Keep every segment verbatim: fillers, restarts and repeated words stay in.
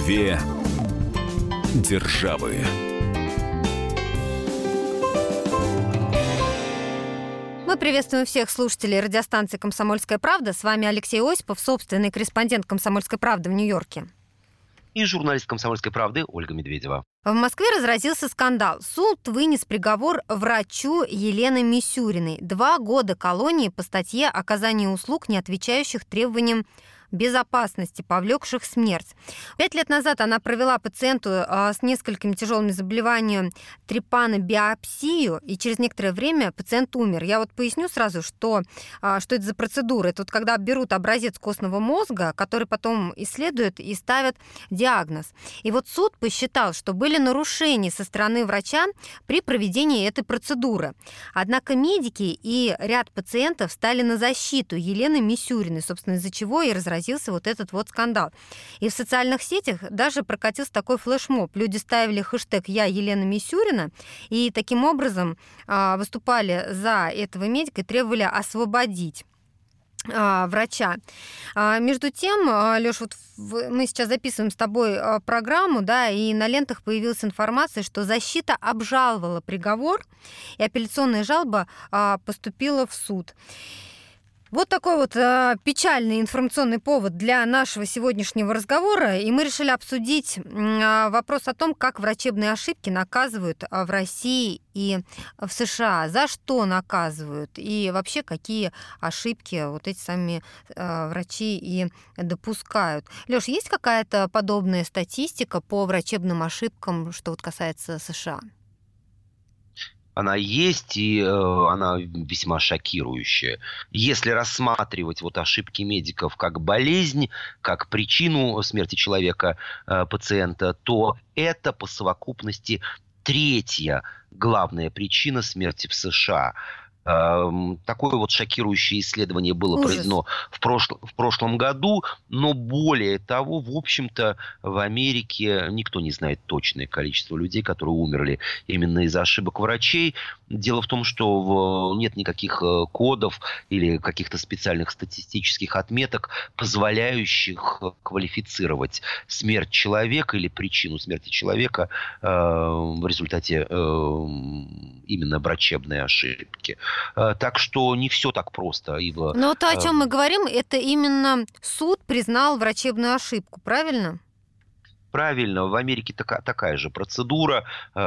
Две державы. Мы приветствуем всех слушателей радиостанции «Комсомольская правда». С вами Алексей Осипов, собственный корреспондент «Комсомольской правды» в Нью-Йорке. И журналист «Комсомольской правды» Ольга Медведева. В Москве разразился скандал. Суд вынес приговор врачу Елене Мисюриной. Два года колонии по статье «Оказание услуг, не отвечающих требованиям безопасности, повлекших смерть». Пять лет назад она провела пациенту а, с несколькими тяжелыми заболеваниями трепанобиопсию, и через некоторое время пациент умер. Я вот поясню сразу, что, а, что это за процедура. Это вот когда берут образец костного мозга, который потом исследуют и ставят диагноз. И вот суд посчитал, что были нарушения со стороны врача при проведении этой процедуры. Однако медики и ряд пациентов стали на защиту Елены Мисюриной, собственно, из-за чего и разразился вот этот вот скандал. И в социальных сетях даже прокатился такой флешмоб. Люди ставили хэштег «Я Елена Мисюрина», и таким образом а, выступали за этого медика и требовали освободить а, врача. А, между тем, Лёш, вот в, мы сейчас записываем с тобой а, программу, да, и на лентах появилась информация, что защита обжаловала приговор, и апелляционная жалоба а, поступила в суд. Вот такой вот э, печальный информационный повод для нашего сегодняшнего разговора, и мы решили обсудить э, вопрос о том, как врачебные ошибки наказывают э, в России и в США, за что наказывают, и вообще какие ошибки вот эти сами э, врачи и допускают. Лёш, есть какая-то подобная статистика по врачебным ошибкам, что вот касается США? Она есть, и э, она весьма шокирующая. Если рассматривать вот ошибки медиков как болезнь, как причину смерти человека, э, пациента, то это по совокупности третья главная причина смерти в США. Такое вот шокирующее исследование было Ужас. проведено в, прошлом, в прошлом году, но более того, в общем-то, в Америке никто не знает точное количество людей, которые умерли именно из-за ошибок врачей. Дело в том, что в, нет никаких кодов или каких-то специальных статистических отметок, позволяющих квалифицировать смерть человека или причину смерти человека э, в результате э, именно врачебной ошибки. Так что не все так просто. Ибо, Но то, о чем мы говорим, это именно суд признал врачебную ошибку, правильно? Правильно, в Америке така, такая же процедура.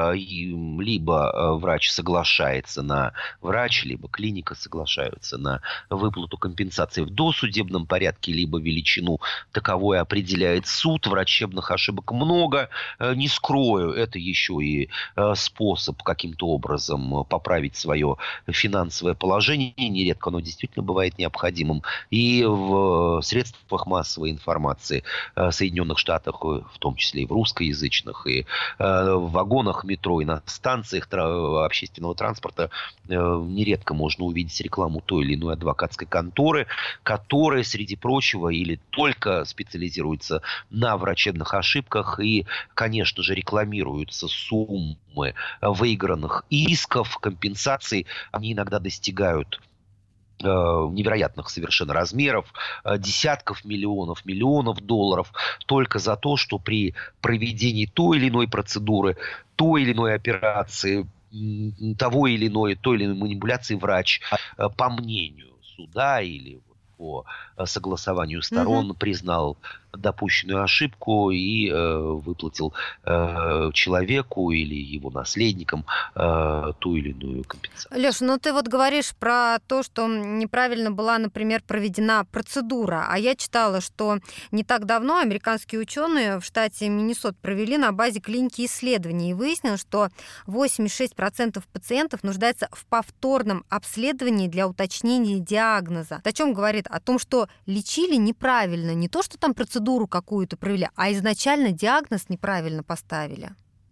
Либо врач соглашается на врач, либо клиника соглашаются на выплату компенсации в досудебном порядке, либо величину таковой определяет суд. Врачебных ошибок много. Не скрою, это еще и способ каким-то образом поправить свое финансовое положение. Нередко оно действительно бывает необходимым. И в средствах массовой информации Соединенных Штатах, в том числе и в русскоязычных, и э, в вагонах метро, и на станциях тра- общественного транспорта э, нередко можно увидеть рекламу той или иной адвокатской конторы, которая, среди прочего, или только специализируется на врачебных ошибках, и, конечно же, рекламируются суммы выигранных исков, компенсаций. Они иногда достигают невероятных совершенно размеров, десятков миллионов, миллионов долларов, только за то, что при проведении той или иной процедуры, той или иной операции, того или иной, той или иной манипуляции врач, по мнению суда или по согласованию сторон, угу. признал допущенную ошибку и э, выплатил э, человеку или его наследникам э, ту или иную компенсацию. Лёш, ну ты вот говоришь про то, что неправильно была, например, проведена процедура, а я читала, что не так давно американские ученые в штате Миннесота провели на базе клиники исследований и выяснилось, что восемьдесят шесть процентов пациентов нуждаются в повторном обследовании для уточнения диагноза. Это о чем говорит? О том, что лечили неправильно, не то, что там процедура процедуру какую-то провели, а изначально диагноз неправильно поставили.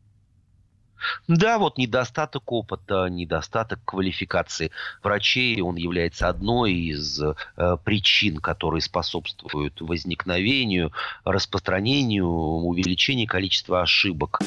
Да, вот недостаток опыта, недостаток квалификации врачей, он является одной из э, причин, которые способствуют возникновению, распространению, увеличению количества ошибок.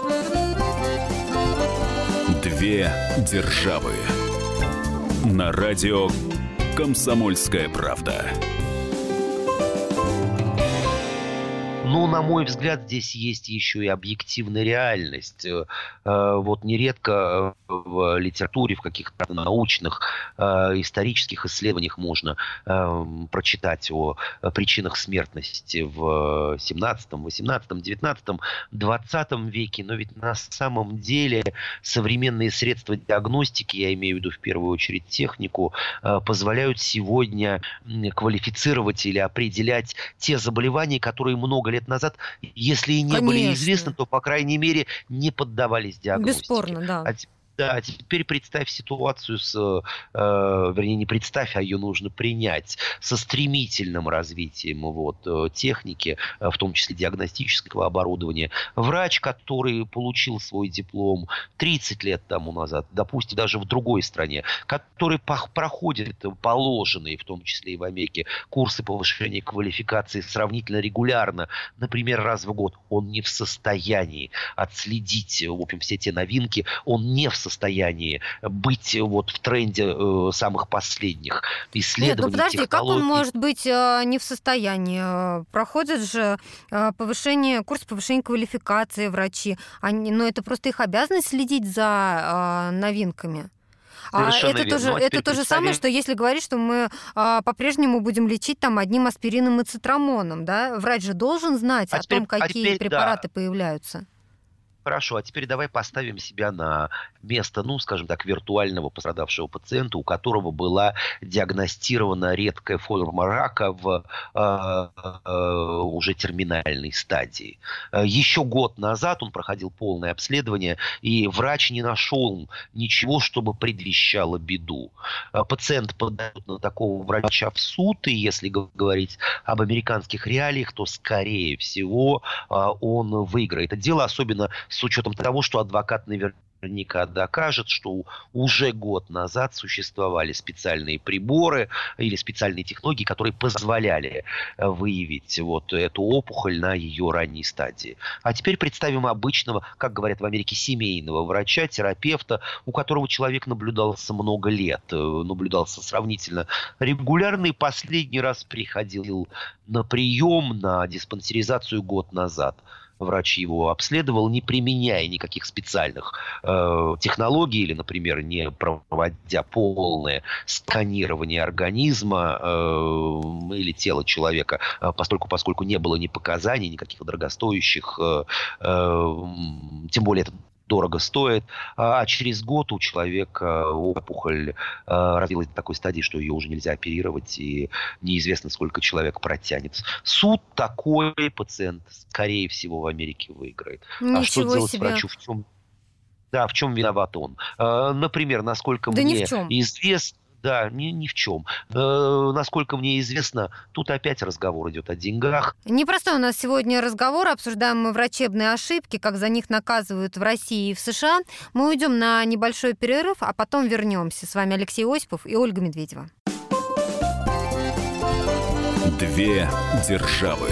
Две державы. На радио «Комсомольская правда». Но, на мой взгляд, здесь есть еще и объективная реальность. Вот нередко в литературе, в каких-то научных, исторических исследованиях можно прочитать о причинах смертности в семнадцатом, восемнадцатом, девятнадцатом, двадцатом веке. Но ведь на самом деле современные средства диагностики, я имею в виду в первую очередь технику, позволяют сегодня квалифицировать или определять те заболевания, которые много лет назад, если и не Конечно. были известны, то, по крайней мере, не поддавались диагностике. Бесспорно, да. А Да, теперь представь ситуацию с, э, вернее, не представь, а ее нужно принять, со стремительным развитием вот, техники, в том числе диагностического оборудования. Врач, который получил свой диплом тридцать лет тому назад, допустим, даже в другой стране, который проходит положенные, в том числе и в Америке, курсы повышения квалификации сравнительно регулярно, например, раз в год, он не в состоянии отследить, в общем, все те новинки, он не в состоянии быть вот в тренде э, самых последних исследований, Нет, ну подожди, технологий. Как он может быть э, не в состоянии? Проходят же э, повышение, курс повышения квалификации врачи. Они, но это просто их обязанность следить за э, новинками. А это верно. тоже, Ну, а это теперь то же представим- самое, что если говорить, что мы а, по-прежнему будем лечить там одним аспирином и цитрамоном, да? Врач же должен знать А о теперь- том, а какие теперь, да. препараты появляются. Хорошо, а теперь давай поставим себя на место, ну, скажем так, виртуального пострадавшего пациента, у которого была диагностирована редкая форма рака в э, э, уже терминальной стадии. Еще год назад он проходил полное обследование, и врач не нашел ничего, чтобы предвещало беду. Пациент подает на такого врача в суд, и если говорить об американских реалиях, то, скорее всего, он выиграет это дело, особенно с учетом того, что адвокат наверняка докажет, что уже год назад существовали специальные приборы или специальные технологии, которые позволяли выявить вот эту опухоль на ее ранней стадии. А теперь представим обычного, как говорят в Америке, семейного врача, терапевта, у которого человек наблюдался много лет, наблюдался сравнительно регулярно и последний раз приходил на прием, на диспансеризацию год назад. Врач его обследовал, не применяя никаких специальных э, технологий или, например, не проводя полное сканирование организма э, или тела человека, э, поскольку, поскольку не было ни показаний, никаких дорогостоящих, э, э, тем более это дорого стоит, а через год у человека опухоль э, развилась до такой стадии, что ее уже нельзя оперировать, и неизвестно, сколько человек протянет. Суд такой пациент, скорее всего, в Америке выиграет. Ничего а что делать себе. врачу? В чем, да, в чем виноват он? Э, например, насколько Да ни мне в чем. известно, да, ни, ни в чем. Э, насколько мне известно, тут опять разговор идет о деньгах. Непростой у нас сегодня разговор. Обсуждаем мы врачебные ошибки, как за них наказывают в России и в США. Мы уйдем на небольшой перерыв, а потом вернемся. С вами Алексей Осипов и Ольга Медведева. Две державы.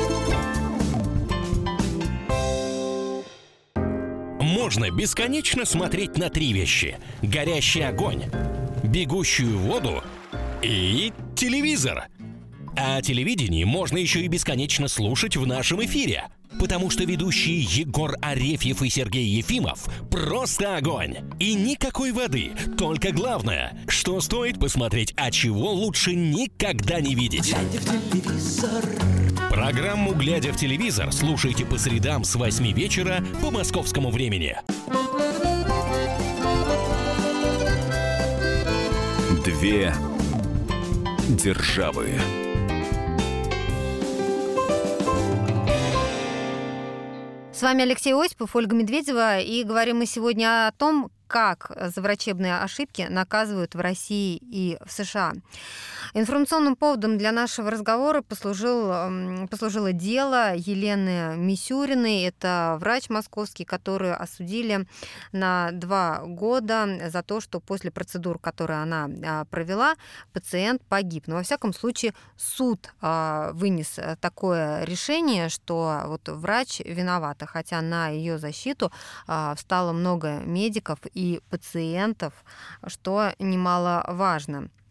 Можно бесконечно смотреть на три вещи: горящий огонь, бегущую воду и телевизор. А о телевидении можно еще и бесконечно слушать в нашем эфире, потому что ведущие Егор Арефьев и Сергей Ефимов просто огонь. И никакой воды, только главное, что стоит посмотреть, а чего лучше никогда не видеть. Глядя в телевизор. Программу «Глядя в телевизор» слушайте по средам с восьми вечера по московскому времени. Две державы. С вами Алексей Осипов, Ольга Медведева, и говорим мы сегодня о том, как за врачебные ошибки наказывают в России и в США. Информационным поводом для нашего разговора послужил, послужило дело Елены Мисюриной. Это врач московский, которую осудили на два года за то, что после процедур, которые она провела, пациент погиб. Но во всяком случае суд вынес такое решение, что вот врач виновата, хотя на ее защиту встало много медиков и пациентов, что немаловажно.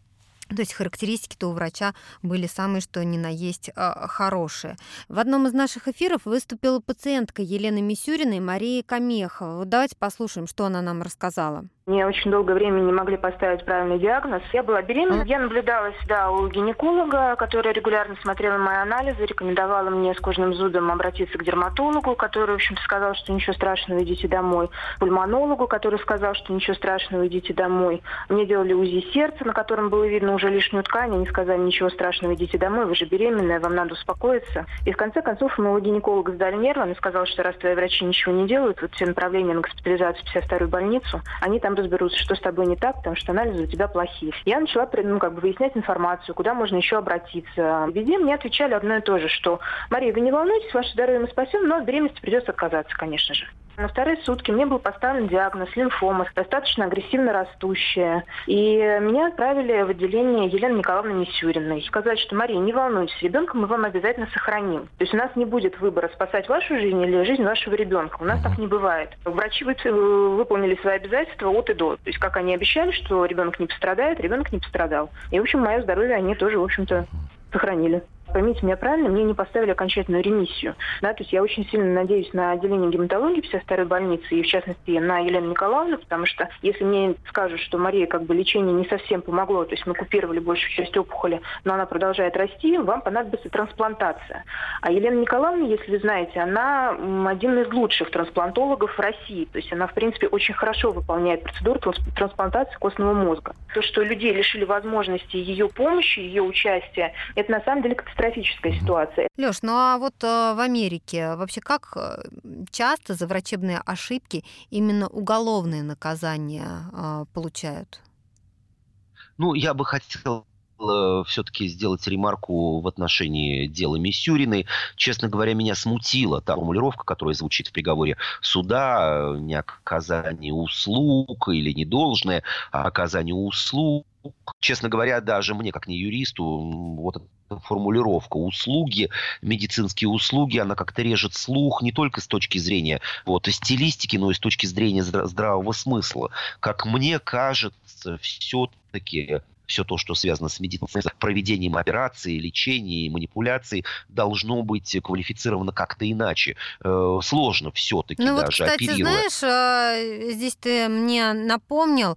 То есть характеристики-то у врача были самые что ни на есть э, хорошие. В одном из наших эфиров выступила пациентка Елены Мисюриной Мария Камехова. Вот давайте послушаем, что она нам рассказала. Мне очень долгое время не могли поставить правильный диагноз. Я была беременна. Я наблюдалась, да, у гинеколога, который регулярно смотрела мои анализы, рекомендовала мне с кожным зудом обратиться к дерматологу, который, в общем-то, сказал, что ничего страшного, идите домой. Пульмонологу, который сказал, что ничего страшного, идите домой. Мне делали УЗИ сердца, на котором было видно уже лишнюю ткань. Они сказали, ничего страшного, идите домой, вы же беременная, вам надо успокоиться. И в конце концов моего гинеколога сдали нервы. Она сказала, что раз твои врачи ничего не делают, вот все направления на госпитализацию в пятьдесят вторую больницу, они там разберутся, что с тобой не так, потому что анализы у тебя плохие. Я начала, ну, как бы выяснять информацию, куда можно еще обратиться. Везде мне отвечали одно и то же, что «Мария, вы не волнуйтесь, ваше здоровье мы спасем, но от беременности придется отказаться, конечно же». На вторые сутки мне был поставлен диагноз лимфома, достаточно агрессивно растущая. И меня отправили в отделение Елены Николаевны Мисюриной. Сказать, что «Мария, не волнуйтесь, ребенка мы вам обязательно сохраним». То есть у нас не будет выбора спасать вашу жизнь или жизнь вашего ребенка. У нас так не бывает. Врачи выполнили свои обязательства от и до. То есть как они обещали, что ребенок не пострадает, ребенок не пострадал. И, в общем, мое здоровье они тоже, в общем-то, сохранили. Поймите меня правильно, мне не поставили окончательную ремиссию. Да, то есть я очень сильно надеюсь на отделение гематологии пятьдесят второй больницы и, в частности, на Елену Николаевну, потому что если мне скажут, что Мария, как бы, лечение не совсем помогло, то есть мы купировали большую часть опухоли, но она продолжает расти, вам понадобится трансплантация. А Елена Николаевна, если вы знаете, она один из лучших трансплантологов в России. То есть она, в принципе, очень хорошо выполняет процедуру трансплантации костного мозга. То, что людей лишили возможности ее помощи, ее участия, это на самом деле катастрофическая ситуация. Лёш, ну а вот э, в Америке вообще как часто за врачебные ошибки именно уголовные наказания э, получают? Ну, я бы хотел все-таки сделать ремарку в отношении дела Мисюриной. Честно говоря, меня смутила та формулировка, которая звучит в приговоре суда, не оказание услуг или не должное, а оказание услуг. Честно говоря, даже мне, как не юристу, вот эта формулировка услуги, медицинские услуги, она как-то режет слух не только с точки зрения вот, стилистики, но и с точки зрения здравого смысла. Как мне кажется, все-таки все то, что связано с медициной, проведением операций, лечения, манипуляций, должно быть квалифицировано как-то иначе. Э, сложно все-таки ну, даже вот, кстати, оперировать. Знаешь, здесь ты мне напомнил,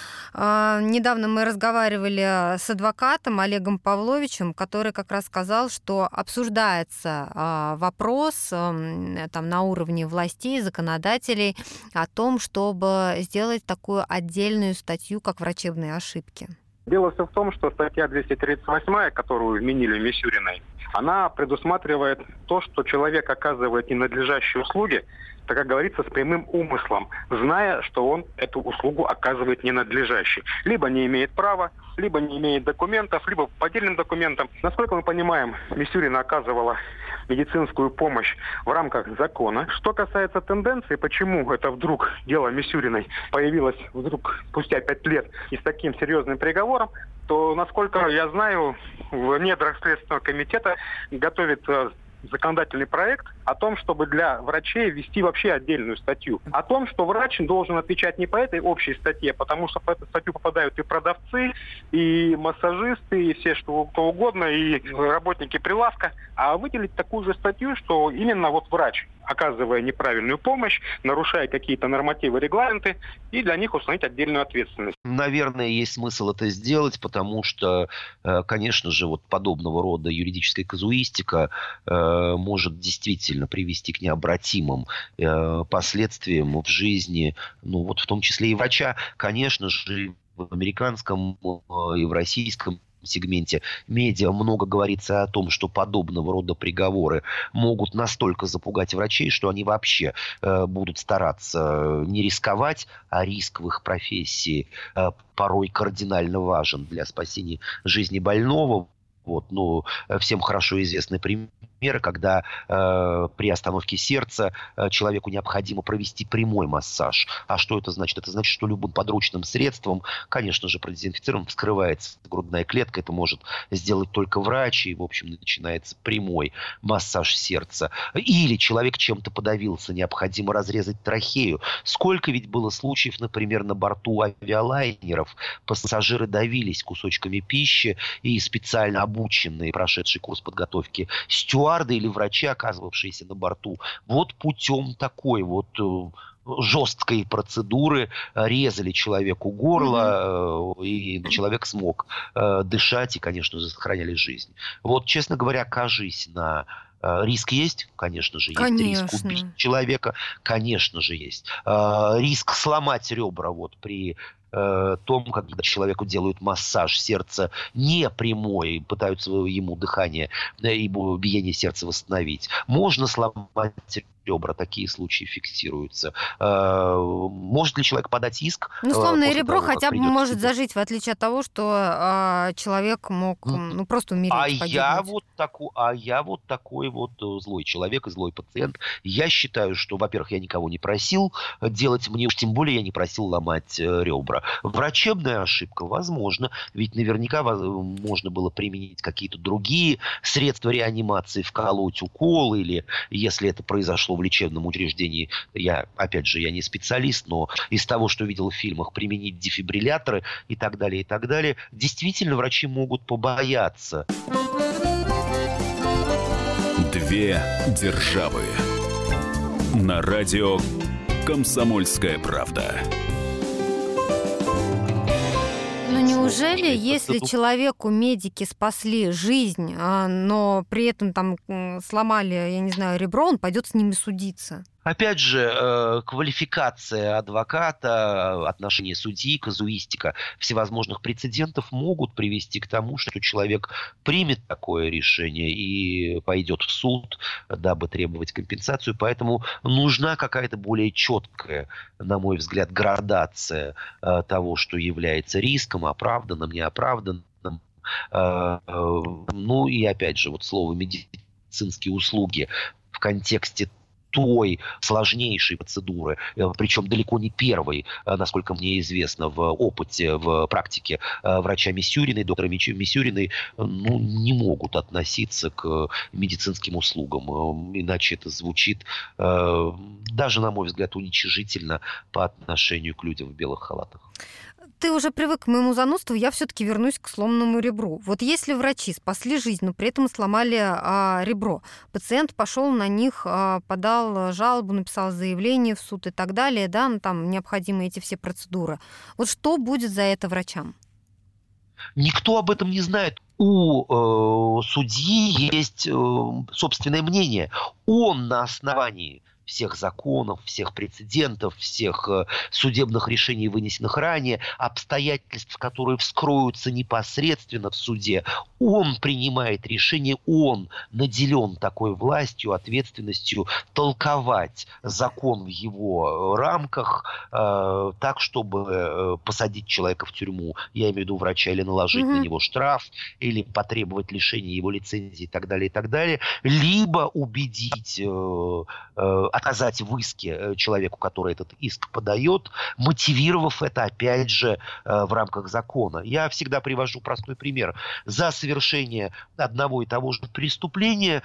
недавно мы разговаривали с адвокатом Олегом Павловичем, который как раз сказал, что обсуждается вопрос там, на уровне властей, законодателей о том, чтобы сделать такую отдельную статью, как врачебные ошибки. Дело все в том, что статья двести тридцать восемь, которую вменили Мисюриной, она предусматривает то, что человек оказывает ненадлежащие услуги, так как говорится, с прямым умыслом, зная, что он эту услугу оказывает ненадлежащей. Либо не имеет права, либо не имеет документов, либо по отдельным документам. Насколько мы понимаем, Мисюрина оказывала медицинскую помощь в рамках закона. Что касается тенденции, почему это вдруг дело Мисюриной появилось вдруг спустя пять лет и с таким серьезным приговором, то, насколько я знаю, в недрах Следственного комитета готовится законодательный проект о том, чтобы для врачей ввести вообще отдельную статью. О том, что врач должен отвечать не по этой общей статье, потому что по эту статью попадают и продавцы, и массажисты, и все что кто угодно, и работники прилавка, а выделить такую же статью, что именно вот врач, оказывая неправильную помощь, нарушая какие-то нормативы, регламенты, и для них установить отдельную ответственность. Наверное, есть смысл это сделать, потому что, конечно же, вот подобного рода юридическая казуистика может действительно привести к необратимым последствиям в жизни, ну вот в том числе и врача. Конечно же, в американском и в российском сегменте медиа много говорится о том, что подобного рода приговоры могут настолько запугать врачей, что они вообще э, будут стараться не рисковать, а риск в их профессии э, порой кардинально важен для спасения жизни больного. Вот, ну, всем хорошо известный пример примеры, когда э, при остановке сердца э, человеку необходимо провести прямой массаж. А что это значит? Это значит, что любым подручным средством, конечно же, продезинфицированным, вскрывается грудная клетка. Это может сделать только врач, и, в общем, начинается прямой массаж сердца. Или человек чем-то подавился, необходимо разрезать трахею. Сколько ведь было случаев, например, на борту авиалайнеров. Пассажиры давились кусочками пищи, и специально обученные, прошедшие курс подготовки стюарды или врачи, оказывавшиеся на борту, вот путем такой вот жесткой процедуры резали человеку горло, mm-hmm. и человек смог дышать и, конечно же, сохраняли жизнь. Вот, честно говоря, кажись на... Риск есть? Конечно же, есть. Конечно. Риск убить человека? Конечно же, есть. Риск сломать ребра вот при том, когда человеку делают массаж сердца не прямой, пытаются ему дыхание и биение сердца восстановить. Можно сломать ребра, такие случаи фиксируются. Может ли человек подать иск? Ну, сломанное ребро того, хотя бы может зажить, в отличие от того, что э, человек мог ну, просто умереть, а погибнуть. я, вот таку, а я вот такой вот злой человек и злой пациент. Я считаю, что, во-первых, я никого не просил делать мне, уж тем более я не просил ломать ребра. Врачебная ошибка, возможно, ведь наверняка можно было применить какие-то другие средства реанимации, вколоть укол, или если это произошло в лечебном учреждении, я, опять же, я не специалист, но из того, что видел в фильмах, применить дефибрилляторы и так далее, и так далее, действительно врачи могут побояться. Две державы. На радио «Комсомольская правда». Ну, неужели, если человеку медики спасли жизнь, но при этом там сломали, я не знаю, ребро, он пойдет с ними судиться? Опять же, квалификация адвоката, отношение судьи, казуистика всевозможных прецедентов могут привести к тому, что человек примет такое решение и пойдет в суд, дабы требовать компенсацию. Поэтому нужна какая-то более четкая, на мой взгляд, градация того, что является риском, оправданным, неоправданным. Ну и опять же, вот слово медицинские услуги в контексте той сложнейшей процедуры, причем далеко не первой, насколько мне известно, в опыте, в практике врача Мисюриной, доктора Мисюриной, ну, не могут относиться к медицинским услугам. Иначе это звучит, даже, на мой взгляд, уничижительно по отношению к людям в белых халатах. Ты уже привык к моему занудству, я все-таки вернусь к сломанному ребру. Вот если врачи спасли жизнь, но при этом сломали а, ребро, пациент пошел на них, а, подал жалобу, написал заявление в суд и так далее, да, ну, там необходимы эти все процедуры. Вот что будет за это врачам? Никто об этом не знает. У э, судьи есть э, собственное мнение. Он на основании всех законов, всех прецедентов, всех э, судебных решений, вынесенных ранее, обстоятельств, которые вскроются непосредственно в суде, он принимает решение, он наделен такой властью, ответственностью толковать закон в его рамках э, так, чтобы э, посадить человека в тюрьму, я имею в виду врача, или наложить mm-hmm. на него штраф, или потребовать лишения его лицензии и так далее, и так далее, либо убедить э, э, отказать в иске человеку, который этот иск подает, мотивировав это, опять же, в рамках закона. Я всегда привожу простой пример. За совершение одного и того же преступления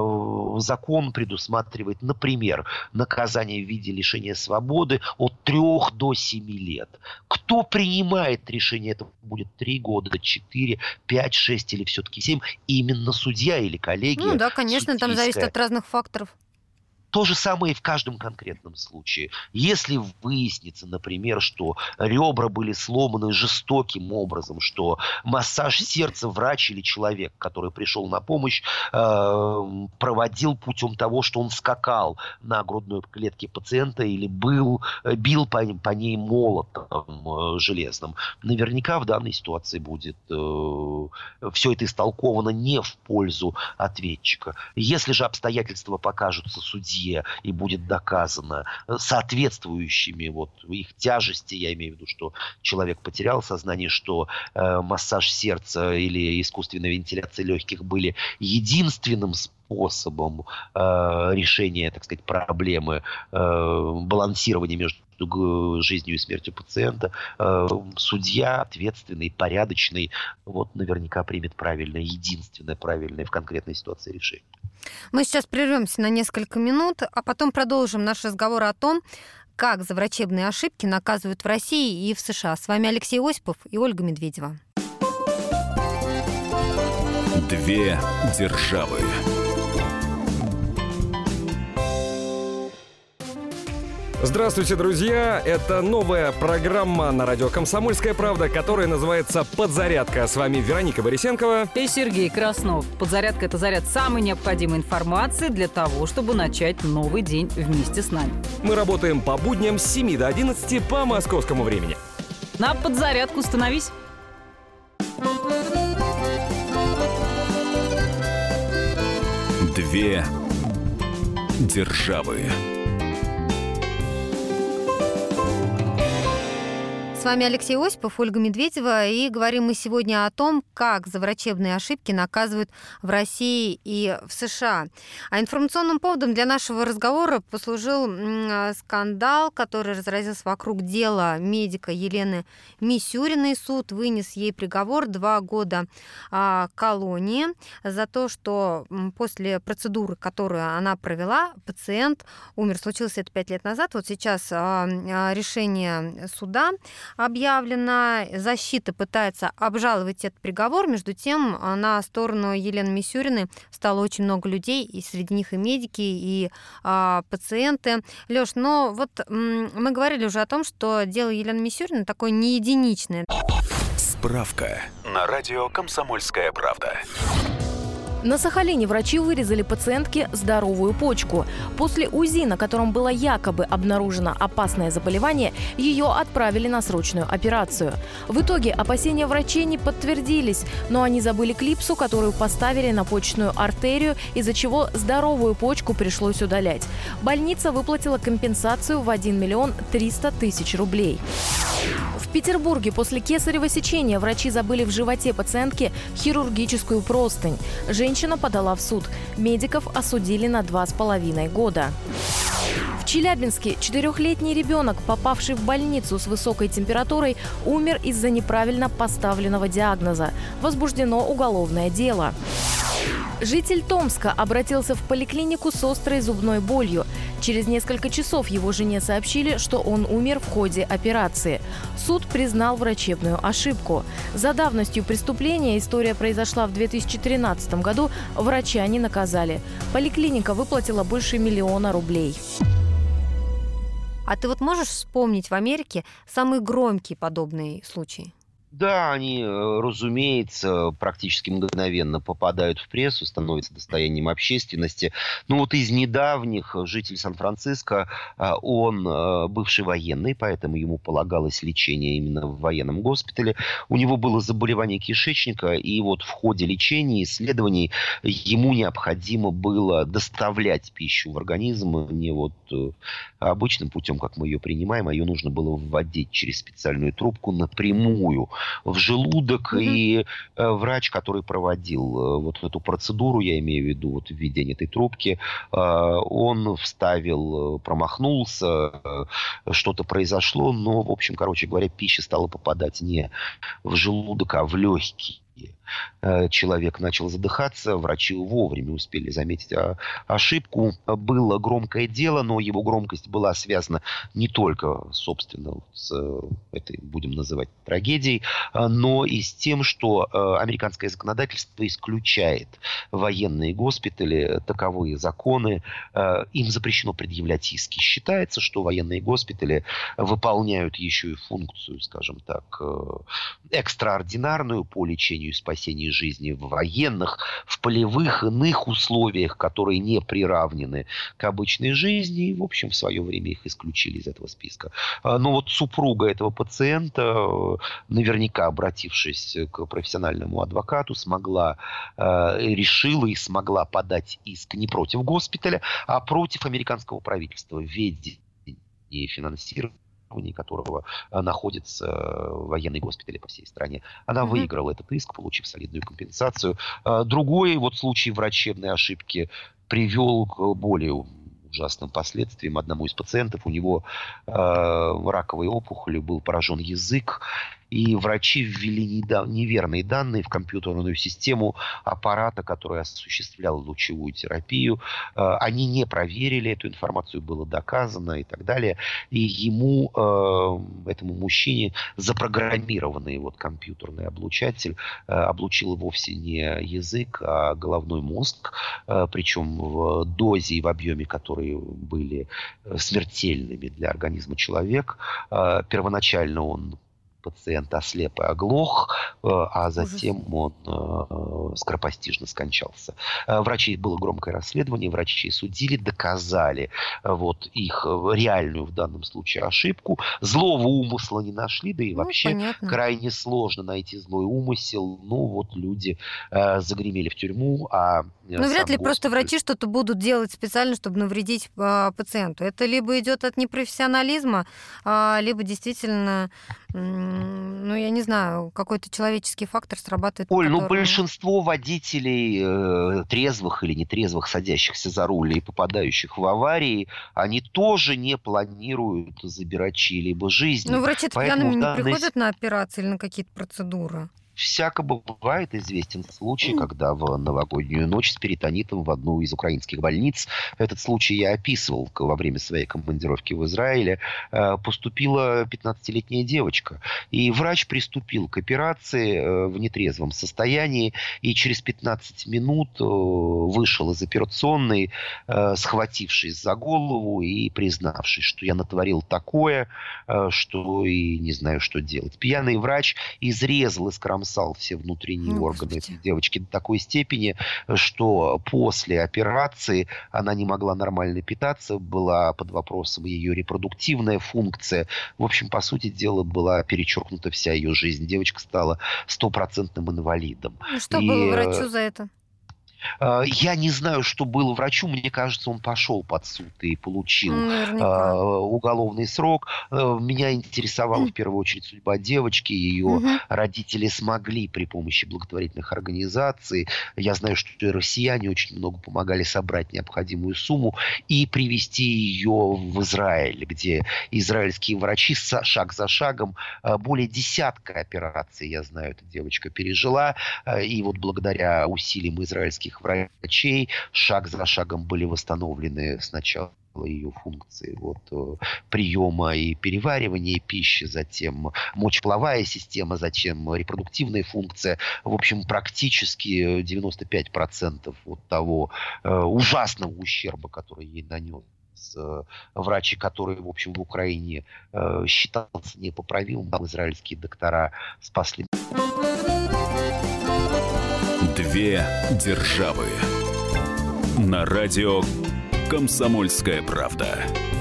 закон предусматривает, например, наказание в виде лишения свободы от трех до семи лет. Кто принимает решение, это будет три года, четыре, пять, шесть или все-таки семь, именно судья или коллегия. Ну да, конечно, судейская. Там зависит от разных факторов. То же самое и в каждом конкретном случае. Если выяснится, например, что ребра были сломаны жестоким образом, что массаж сердца врач или человек, который пришел на помощь, э, проводил путем того, что он скакал на грудной клетке пациента или был, бил по, по ней молотом э, железным, наверняка в данной ситуации будет э, все это истолковано не в пользу ответчика. Если же обстоятельства покажутся судье суде и будет доказано соответствующими вот их тяжести, я имею в виду, что человек потерял сознание, что э, массаж сердца или искусственная вентиляция легких были единственным способом э, решения, так сказать, проблемы э, балансирования между жизнью и смертью пациента, э, судья ответственный, порядочный, вот наверняка примет правильное, единственное правильное в конкретной ситуации решение. Мы сейчас прервемся на несколько минут, а потом продолжим наш разговор о том, как за врачебные ошибки наказывают в России и в США. С вами Алексей Осипов и Ольга Медведева. Две державы. Здравствуйте, друзья! Это новая программа на радио «Комсомольская правда», которая называется «Подзарядка». С вами Вероника Борисенкова и Сергей Краснов. Подзарядка – это заряд самой необходимой информации для того, чтобы начать новый день вместе с нами. Мы работаем по будням с семи до одиннадцати по московскому времени. На подзарядку становись! Две державы. С вами Алексей Осипов, Ольга Медведева, и говорим мы сегодня о том, как за врачебные ошибки наказывают в России и в США. А информационным поводом для нашего разговора послужил скандал, который разразился вокруг дела медика Елены Мисюриной. Суд вынес ей приговор два года колонии за то, что после процедуры, которую она провела, пациент умер. Случилось это пять лет назад. Вот сейчас решение суда объявлено. Защита пытается обжаловать этот приговор. Между тем, на сторону Елены Мисюриной стало очень много людей, и среди них и медики, и а, пациенты. Лёш, но вот м- мы говорили уже о том, что дело Елены Мисюриной такое не единичное. Справка на радио «Комсомольская правда». На Сахалине врачи вырезали пациентке здоровую почку. После УЗИ, на котором было якобы обнаружено опасное заболевание, ее отправили на срочную операцию. В итоге опасения врачей не подтвердились, но они забыли клипсу, которую поставили на почечную артерию, из-за чего здоровую почку пришлось удалять. Больница выплатила компенсацию в один миллион триста тысяч рублей. В Петербурге после кесарево сечения врачи забыли в животе пациентки хирургическую простынь. Женщина подала в суд. Медиков осудили на два с половиной года. В Челябинске четырехлетний ребенок, попавший в больницу с высокой температурой, умер из-за неправильно поставленного диагноза. Возбуждено уголовное дело. Житель Томска обратился в поликлинику с острой зубной болью. Через несколько часов его жене сообщили, что он умер в ходе операции. Суд признал врачебную ошибку. За давностью преступления, история произошла в две тысячи тринадцатом году, врача не наказали. Поликлиника выплатила больше миллиона рублей. А ты вот можешь вспомнить в Америке самый громкий подобный случай? Да, они, разумеется, практически мгновенно попадают в прессу, становятся достоянием общественности. Но вот из недавних житель Сан-Франциско, он бывший военный, поэтому ему полагалось лечение именно в военном госпитале. У него было заболевание кишечника, и вот в ходе лечения, исследований ему необходимо было доставлять пищу в организм не вот обычным путем, как мы ее принимаем, а ее нужно было вводить через специальную трубку напрямую в желудок, mm-hmm. и э, врач, который проводил э, вот эту процедуру, я имею в виду вот введение этой трубки, э, он вставил, промахнулся, э, что-то произошло, но, в общем, короче говоря, пища стала попадать не в желудок, а в легкие. Человек начал задыхаться, врачи вовремя успели заметить ошибку. Было громкое дело, но его громкость была связана не только, собственно, с этой, будем называть, трагедией, но и с тем, что американское законодательство исключает военные госпитали, таковые законы, им запрещено предъявлять иски. Считается, что военные госпитали выполняют еще и функцию, скажем так, экстраординарную по лечению лечению и спасению жизни в военных, в полевых, иных условиях, которые не приравнены к обычной жизни. И, в общем, в свое время их исключили из этого списка. Но вот супруга этого пациента, наверняка обратившись к профессиональному адвокату, смогла, решила и смогла подать иск не против госпиталя, а против американского правительства в ведении и финансирования которого находится военный госпиталь по всей стране. Она mm-hmm. выиграла этот иск, получив солидную компенсацию. Другой вот случай врачебной ошибки привел к более ужасным последствиям. Одному из пациентов, у него э, раковой опухолью был поражен язык, и врачи ввели неверные данные в компьютерную систему аппарата, который осуществлял лучевую терапию. Они не проверили эту информацию, было доказано и так далее. И ему, этому мужчине, запрограммированный вот компьютерный облучатель облучил вовсе не язык, а головной мозг. Причем в дозе и в объеме, которые были смертельными для организма человека. Первоначально он пациент ослеп и оглох, а затем он э, скоропостижно скончался. Врачи, было громкое расследование, врачи судили, доказали вот их реальную в данном случае ошибку. Злого умысла не нашли, да и ну, вообще понятно. Крайне сложно найти злой умысел. Ну вот люди э, загремели в тюрьму, а... Ну вряд ли госпиталь... просто врачи что-то будут делать специально, чтобы навредить э, пациенту. Это либо идет от непрофессионализма, э, либо действительно... Ну, я не знаю, какой-то человеческий фактор срабатывает. Оль, который... ну большинство водителей э, трезвых или нетрезвых, садящихся за руль и попадающих в аварии, они тоже не планируют забирать чьи-либо жизни. Ну, врачи-то пьяными не данной... приходят на операции или на какие-то процедуры? Всяко бывает. Известен случай, когда в новогоднюю ночь с перитонитом в одну из украинских больниц, этот случай я описывал во время своей командировки в Израиле, поступила пятнадцатилетняя девочка. И врач приступил к операции в нетрезвом состоянии, и через пятнадцать минут вышел из операционной, схватившись за голову и признавшись, что я натворил такое, что и не знаю, что делать. Пьяный врач изрезал из кромсал все внутренние ну, органы Господи. этой девочки до такой степени, что после операции она не могла нормально питаться, была под вопросом ее репродуктивная функция. В общем, по сути дела, была перечеркнута вся ее жизнь. Девочка стала стопроцентным инвалидом. Ну, что И... было врачу за это? Я не знаю, что было врачу. Мне кажется, он пошел под суд и получил Наверняка. уголовный срок. Меня интересовала в первую очередь судьба девочки. Ее угу. родители смогли при помощи благотворительных организаций. Я знаю, что и россияне очень много помогали собрать необходимую сумму и привезти ее в Израиль, где израильские врачи шаг за шагом более десятка операций, я знаю, эта девочка пережила. И вот благодаря усилиям израильских врачей шаг за шагом были восстановлены сначала ее функции вот, приема и переваривания пищи, затем мочеполовая система, затем репродуктивная функция. В общем, практически девяносто пять процентов вот того э, ужасного ущерба, который ей нанес врачи, который, в общем, в Украине э, считался непоправимым, израильские доктора спасли. Две державы. На радио «Комсомольская правда».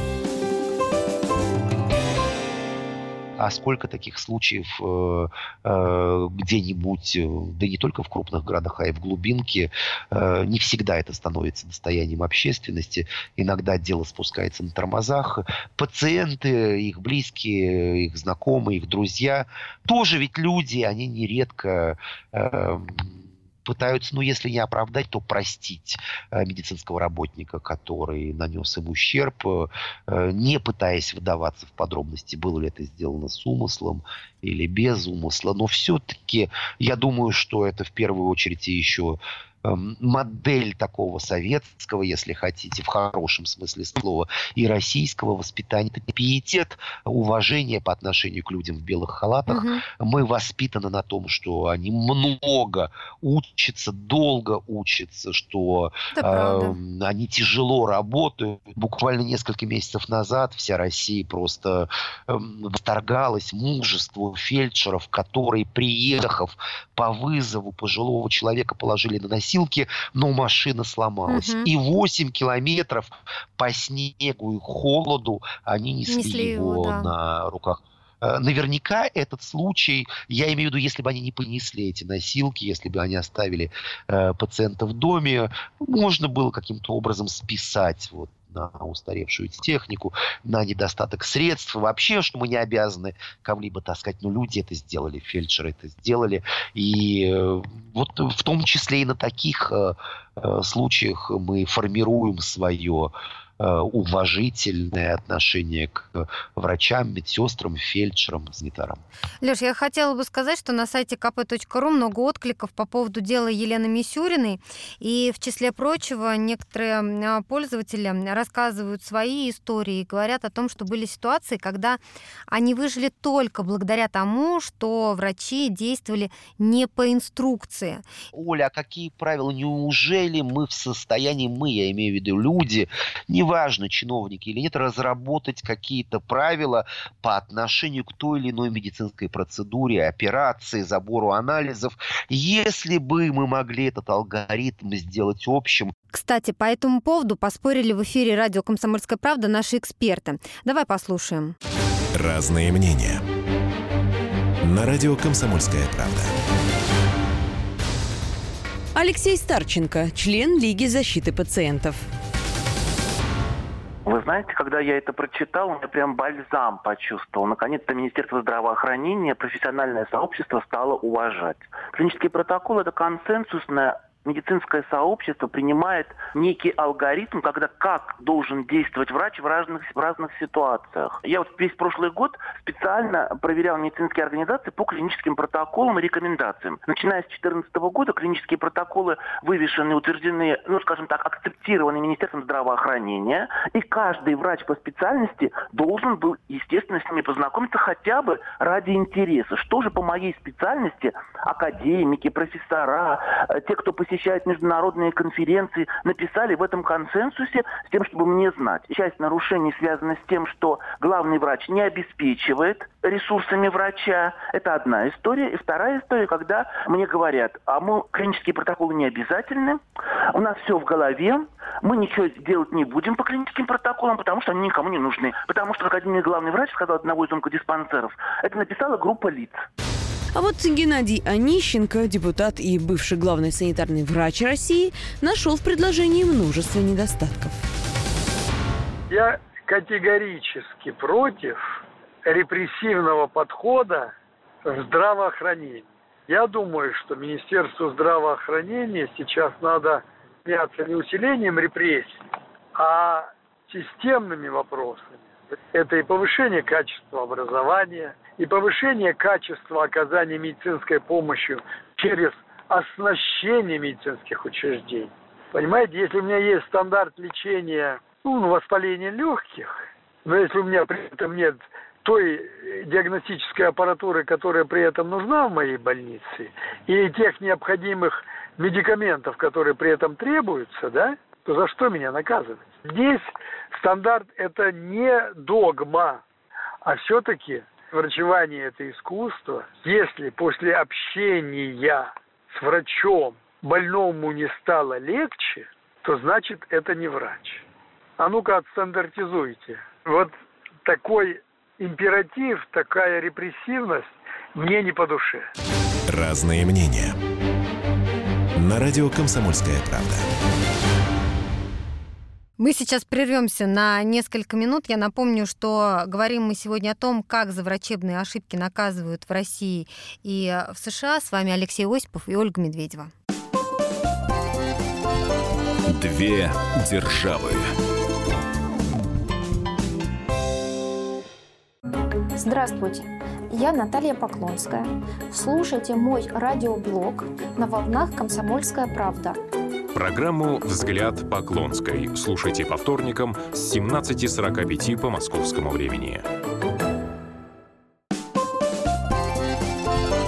А сколько таких случаев э, э, где-нибудь, да не только в крупных городах, а и в глубинке, э, не всегда это становится достоянием общественности. Иногда дело спускается на тормозах. Пациенты, их близкие, их знакомые, их друзья тоже ведь люди, они нередко... Э, пытаются, ну, если не оправдать, то простить э, медицинского работника, который нанес им ущерб, э, не пытаясь вдаваться в подробности, было ли это сделано с умыслом или без умысла. Но все-таки я думаю, что это в первую очередь еще модель такого советского, если хотите, в хорошем смысле слова, и российского воспитания. Это пиетет, уважение по отношению к людям в белых халатах. Угу. Мы воспитаны на том, что они много учатся, долго учатся, что э, они тяжело работают. Буквально несколько месяцев назад вся Россия просто э, восторгалась мужеству фельдшеров, которые, приехав по вызову пожилого человека положили на носилки, но машина сломалась. Угу. И восемь километров по снегу и холоду они несли, несли его, его да. на руках. Наверняка этот случай, я имею в виду, если бы они не понесли эти носилки, если бы они оставили э, пациента в доме, можно было каким-то образом списать вот на устаревшую технику, на недостаток средств. Вообще, что мы не обязаны кого-либо таскать, но люди это сделали, фельдшеры это сделали. И э, вот в том числе и на таких э, э, случаях мы формируем свое уважительное отношение к врачам, медсестрам, фельдшерам, санитарам. Леш, я хотела бы сказать, что на сайте ка пэ точка ру много откликов по поводу дела Елены Мисюриной. И, в числе прочего, некоторые пользователи рассказывают свои истории и говорят о том, что были ситуации, когда они выжили только благодаря тому, что врачи действовали не по инструкции. Оля, а какие правила? Неужели мы в состоянии, мы, я имею в виду люди, не неважно, чиновники или нет, разработать какие-то правила по отношению к той или иной медицинской процедуре, операции, забору анализов, если бы мы могли этот алгоритм сделать общим. Кстати, по этому поводу поспорили в эфире радио «Комсомольская правда» наши эксперты. Давай послушаем. Разные мнения. На радио «Комсомольская правда». Алексей Старченко, член Лиги защиты пациентов. Вы знаете, когда я это прочитал, у меня прям бальзам почувствовал. Наконец-то Министерство здравоохранения, профессиональное сообщество стало уважать. Клинический протокол – это консенсусная медицинское сообщество принимает некий алгоритм, когда как должен действовать врач в разных, в разных ситуациях. Я вот весь прошлый год специально проверял медицинские организации по клиническим протоколам и рекомендациям. Начиная с две тысячи четырнадцатого года клинические протоколы вывешены, утверждены, ну, скажем так, акцептированы Министерством здравоохранения, и каждый врач по специальности должен был, естественно, с ними познакомиться хотя бы ради интереса. Что же по моей специальности академики, профессора, те, кто посещает международные конференции, написали в этом консенсусе с тем, чтобы мне знать. Часть нарушений связана с тем, что главный врач не обеспечивает ресурсами врача. Это одна история. И вторая история, когда мне говорят, а мы клинические протоколы не обязательны, у нас все в голове, мы ничего делать не будем по клиническим протоколам, потому что они никому не нужны. Потому что в Академии главный врач сказал одного из онкодиспансеров, это написала группа лиц. А вот Геннадий Онищенко, депутат и бывший главный санитарный врач России, нашел в предложении множество недостатков. Я категорически против репрессивного подхода в здравоохранении. Я думаю, что Министерству здравоохранения сейчас надо заняться не усилением репрессий, а системными вопросами. Это и повышение качества образования, и повышение качества оказания медицинской помощи через оснащение медицинских учреждений. Понимаете, если у меня есть стандарт лечения ну, воспаления легких, но если у меня при этом нет той диагностической аппаратуры, которая при этом нужна в моей больнице, и тех необходимых медикаментов, которые при этом требуются, да, то за что меня наказывать? Здесь стандарт – это не догма, а все-таки врачевание – это искусство. Если после общения с врачом больному не стало легче, то значит это не врач. А ну-ка отстандартизуйте. Вот такой императив, такая репрессивность мне не по душе. Разные мнения. На радио «Комсомольская правда». Мы сейчас прервемся на несколько минут. Я напомню, что говорим мы сегодня о том, как за врачебные ошибки наказывают в России и в США. С вами Алексей Осипов и Ольга Медведева. Две державы. Здравствуйте, я Наталья Поклонская. Слушайте мой радиоблог на волнах «Комсомольская правда». Программу «Взгляд Поклонской» слушайте по вторникам с семнадцати сорока пяти по московскому времени.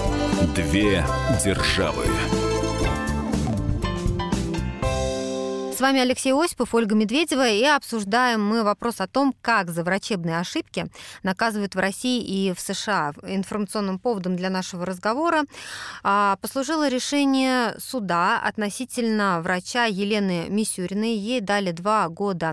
Две державы. С вами Алексей Осипов, Ольга Медведева, и обсуждаем мы вопрос о том, как за врачебные ошибки наказывают в России и в США. Информационным поводом для нашего разговора послужило решение суда относительно врача Елены Мисюриной. Ей дали два года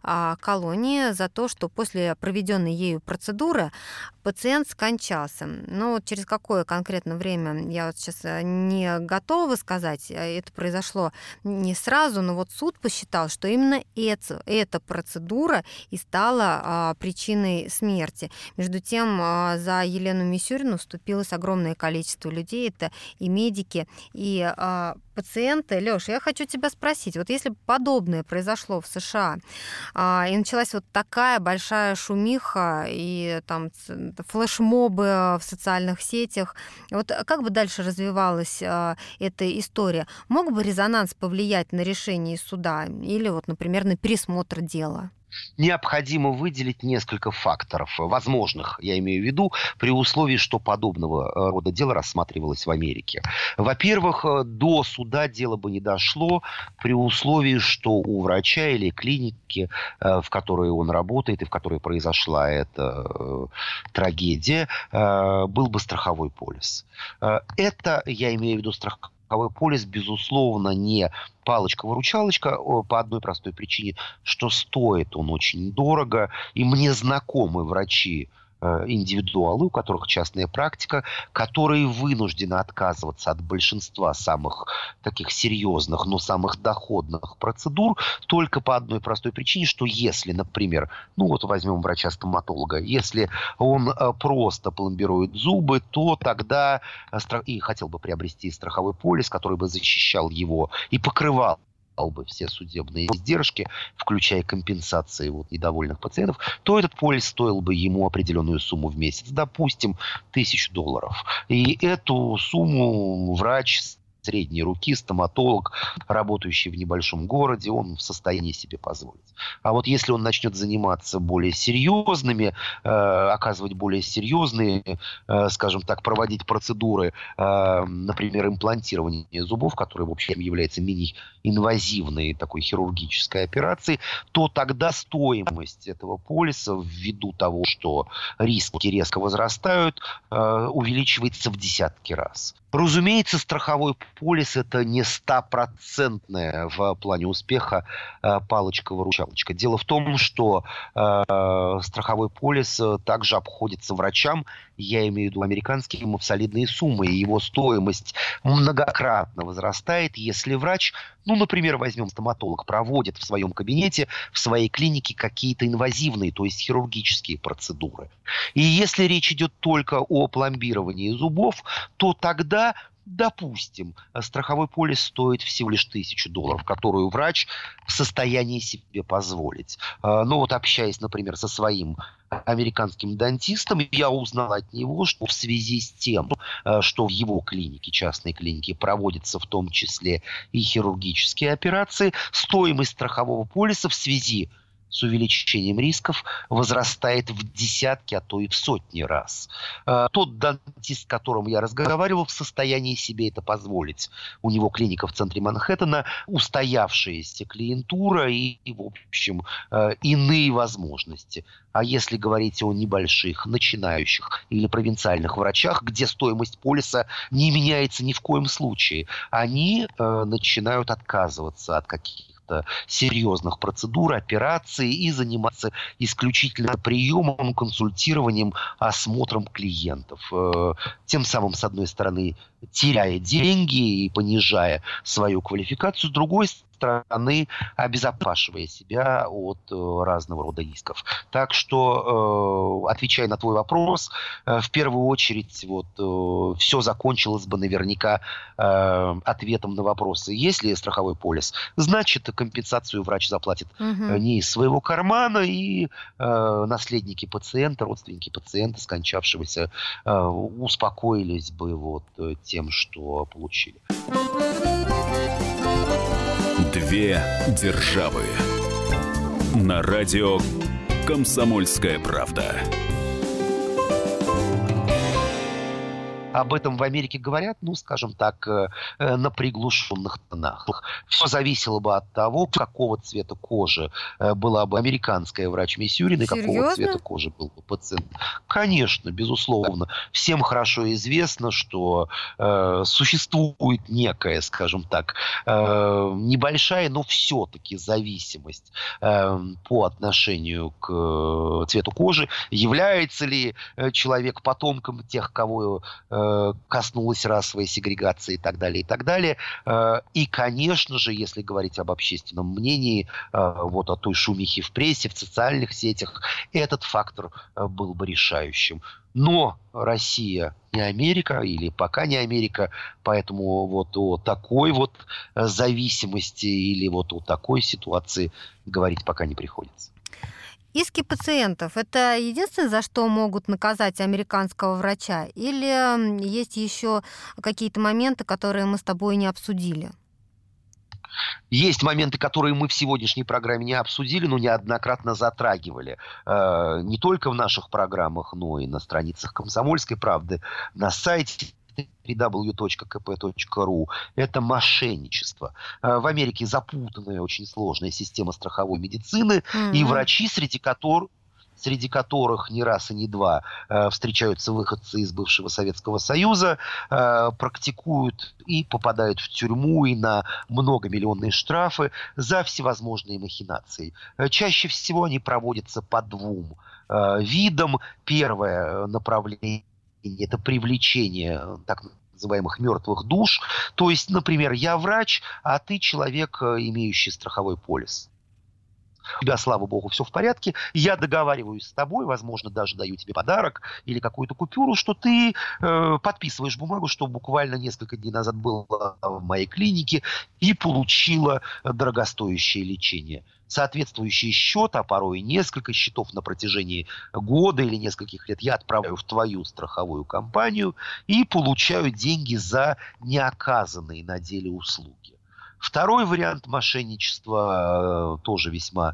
колонии за то, что после проведенной ею процедуры пациент скончался. Но через какое конкретно время, я вот сейчас не готова сказать. Это произошло не сразу, но вот суд посчитал, что именно это, эта процедура и стала а, причиной смерти. Между тем, а, за Елену Мисюрину вступилось огромное количество людей. Это и медики, и а, пациенты. Лёш, я хочу тебя спросить, вот если бы подобное произошло в США, а, и началась вот такая большая шумиха, и там флешмобы в социальных сетях, вот как бы дальше развивалась а, эта история? Мог бы резонанс повлиять на решение суда или, вот, например, на пересмотр дела? Необходимо выделить несколько факторов, возможных, я имею в виду, при условии, что подобного рода дело рассматривалось в Америке. Во-первых, до суда дело бы не дошло при условии, что у врача или клиники, в которой он работает и в которой произошла эта трагедия, был бы страховой полис. Это, я имею в виду, страховой Страховой полис, безусловно, не палочка-выручалочка по одной простой причине, что стоит он очень дорого. И мне знакомы врачи, индивидуалы, у которых частная практика, которые вынуждены отказываться от большинства самых таких серьезных, но самых доходных процедур только по одной простой причине, что если, например, ну вот возьмем врача-стоматолога, если он просто пломбирует зубы, то тогда и хотел бы приобрести страховой полис, который бы защищал его и покрывал бы все судебные издержки, включая компенсации вот недовольных пациентов, то этот полис стоил бы ему определенную сумму в месяц, допустим, тысячу долларов. И эту сумму врач средней руки, стоматолог, работающий в небольшом городе, он в состоянии себе позволить. А вот если он начнет заниматься более серьезными, э, оказывать более серьезные, э, скажем так, проводить процедуры, э, например, имплантирование зубов, которые, в общем, является мини-инвазивной такой хирургической операцией, то тогда стоимость этого полиса, ввиду того, что риски резко возрастают, э, увеличивается в десятки раз. Разумеется, страховой полис – это не стопроцентная в плане успеха э, палочка-выручалочка. Дело в том, что э, страховой полис также обходится врачам, я имею в виду американским, в солидные суммы. И его стоимость многократно возрастает, если врач, ну, например, возьмем стоматолог, проводит в своем кабинете, в своей клинике какие-то инвазивные, то есть хирургические процедуры. И если речь идет только о пломбировании зубов, то тогда, допустим, страховой полис стоит всего лишь тысячу долларов, которую врач в состоянии себе позволить. Ну вот, общаясь, например, со своим американским дантистом, я узнал от него, что в связи с тем, что в его клинике, частной клинике, проводятся в том числе и хирургические операции, стоимость страхового полиса в связи с увеличением рисков возрастает в десятки, а то и в сотни раз. Тот дантист, с которым я разговаривал, в состоянии себе это позволить. У него клиника в центре Манхэттена, устоявшаяся клиентура и, и в общем, иные возможности. А если говорить о небольших, начинающих или провинциальных врачах, где стоимость полиса не меняется ни в коем случае, они э, начинают отказываться от каких-то серьезных процедур, операций и заниматься исключительно приемом, консультированием, осмотром клиентов. Тем самым, с одной стороны, теряя деньги и понижая свою квалификацию, с другой стороны, обезопашивая себя от разного рода рисков. Так что, отвечая на твой вопрос, в первую очередь вот, все закончилось бы наверняка ответом на вопросы. Есть ли страховой полис? Значит, компенсацию врач заплатит угу. не из своего кармана, и наследники пациента, родственники пациента, скончавшегося, успокоились бы вот тем, что получили. Две державы. На радио «Комсомольская правда». об этом в Америке говорят, ну, скажем так, на приглушенных тонах. Все зависело бы от того, какого цвета кожи была бы американская врач Мисюрина и какого цвета кожи был бы пациент. Конечно, безусловно. Всем хорошо известно, что э, существует некая, скажем так, э, небольшая, но все-таки зависимость э, по отношению к э, цвету кожи. Является ли э, человек потомком тех, кого э, коснулась расовая сегрегация и так далее, и так далее. Э, и, конечно же, если говорить об общественном мнении, э, вот о той шумихе в прессе, в социальных сетях, этот фактор э, был бы решающим. Но Россия не Америка, или пока не Америка, поэтому вот о такой вот зависимости или вот о такой ситуации говорить пока не приходится. Иски пациентов – это единственное, за что могут наказать американского врача? Или есть еще какие-то моменты, которые мы с тобой не обсудили? Есть моменты, которые мы в сегодняшней программе не обсудили, но неоднократно затрагивали. Э, не только в наших программах, но и на страницах «Комсомольской правды», на сайте дабл ю дабл ю дабл ю точка ка пэ точка ру. Это мошенничество. Э, в Америке запутанная, очень сложная система страховой медицины, mm-hmm. и врачи, среди которых среди которых не раз и не два э, встречаются выходцы из бывшего Советского Союза, э, практикуют и попадают в тюрьму и на многомиллионные штрафы за всевозможные махинации. Э, чаще всего они проводятся по двум э, видам. Первое направление – это привлечение так называемых мертвых душ. То есть, например, я врач, а ты человек, имеющий страховой полис. У тебя, слава богу, все в порядке. Я договариваюсь с тобой, возможно, даже даю тебе подарок или какую-то купюру, что ты э, подписываешь бумагу, что буквально несколько дней назад была в моей клинике и получила дорогостоящее лечение. Соответствующий счет, а порой несколько счетов на протяжении года или нескольких лет я отправляю в твою страховую компанию и получаю деньги за неоказанные на деле услуги. Второй вариант мошенничества, тоже весьма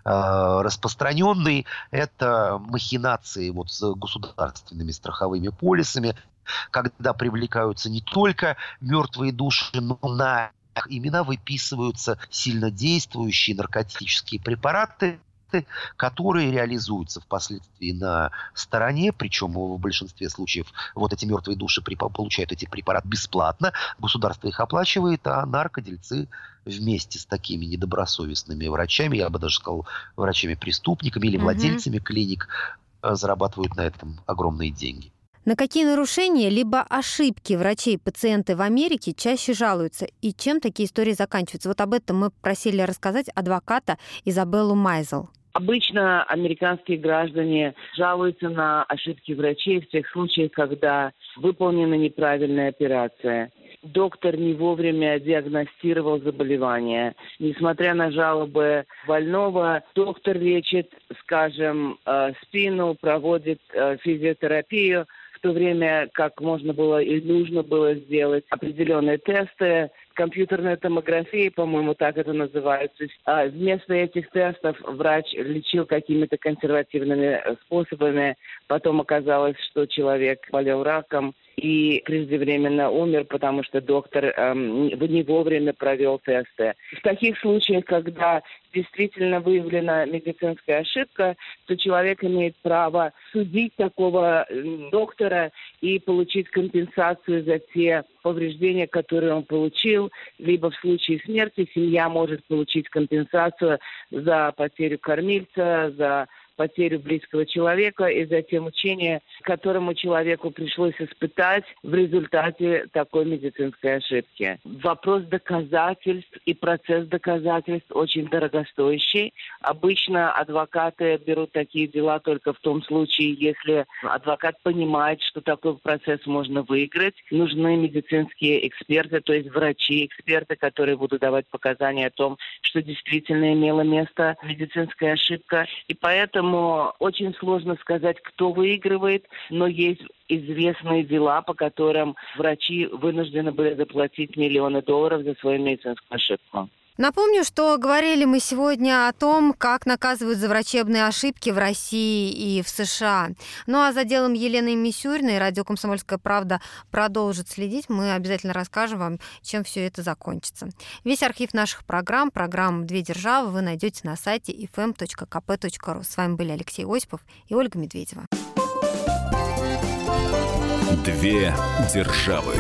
э, распространенный, это махинации вот с государственными страховыми полисами, когда привлекаются не только мертвые души, но на их имена выписываются сильнодействующие наркотические препараты, которые реализуются впоследствии на стороне, причем в большинстве случаев вот эти мертвые души получают эти препараты бесплатно, государство их оплачивает, а наркодельцы вместе с такими недобросовестными врачами, я бы даже сказал, врачами-преступниками или владельцами угу. клиник, зарабатывают на этом огромные деньги. На какие нарушения либо ошибки врачей и пациенты в Америке чаще жалуются? И чем такие истории заканчиваются? Вот об этом мы просили рассказать адвоката Изабеллу Майзел. Обычно американские граждане жалуются на ошибки врачей в тех случаях, когда выполнена неправильная операция. Доктор не вовремя диагностировал заболевание. Несмотря на жалобы больного, доктор лечит, скажем, спину, проводит физиотерапию, в то время как можно было и нужно было сделать определенные тесты, компьютерная томография, по-моему, так это называется. А вместо этих тестов врач лечил какими-то консервативными способами. Потом оказалось, что человек болел раком и преждевременно умер, потому что доктор эм, не вовремя провел тесты. В таких случаях, когда действительно выявлена медицинская ошибка, то человек имеет право судить такого доктора и получить компенсацию за те повреждения, которые он получил. Либо в случае смерти семья может получить компенсацию за потерю кормильца, за потерю близкого человека и за те мучения, которому человеку пришлось испытать в результате такой медицинской ошибки. Вопрос доказательств и процесс доказательств очень дорогостоящий. Обычно адвокаты берут такие дела только в том случае, если адвокат понимает, что такой процесс можно выиграть. Нужны медицинские эксперты, то есть врачи-эксперты, которые будут давать показания о том, что действительно имела место медицинская ошибка. И поэтому очень сложно сказать, кто выигрывает, но есть известные дела, по которым врачи вынуждены были заплатить миллионы долларов за свою медицинскую ошибку. Напомню, что говорили мы сегодня о том, как наказывают за врачебные ошибки в России и в США. Ну а за делом Елены Мисюриной радио «Комсомольская правда» продолжит следить. Мы обязательно расскажем вам, чем все это закончится. Весь архив наших программ, программ «Две державы» вы найдете на сайте эф эм точка ка пэ точка ру. С вами были Алексей Осипов и Ольга Медведева. Две державы.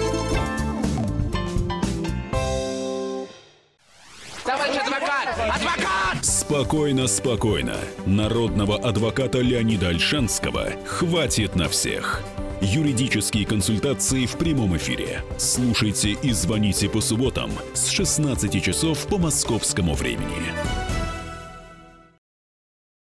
Товарищ адвокат! Адвокат! Спокойно, спокойно. Народного адвоката Леонида Ольшанского хватит на всех. Юридические консультации в прямом эфире. Слушайте и звоните по субботам с шестнадцати часов по московскому времени.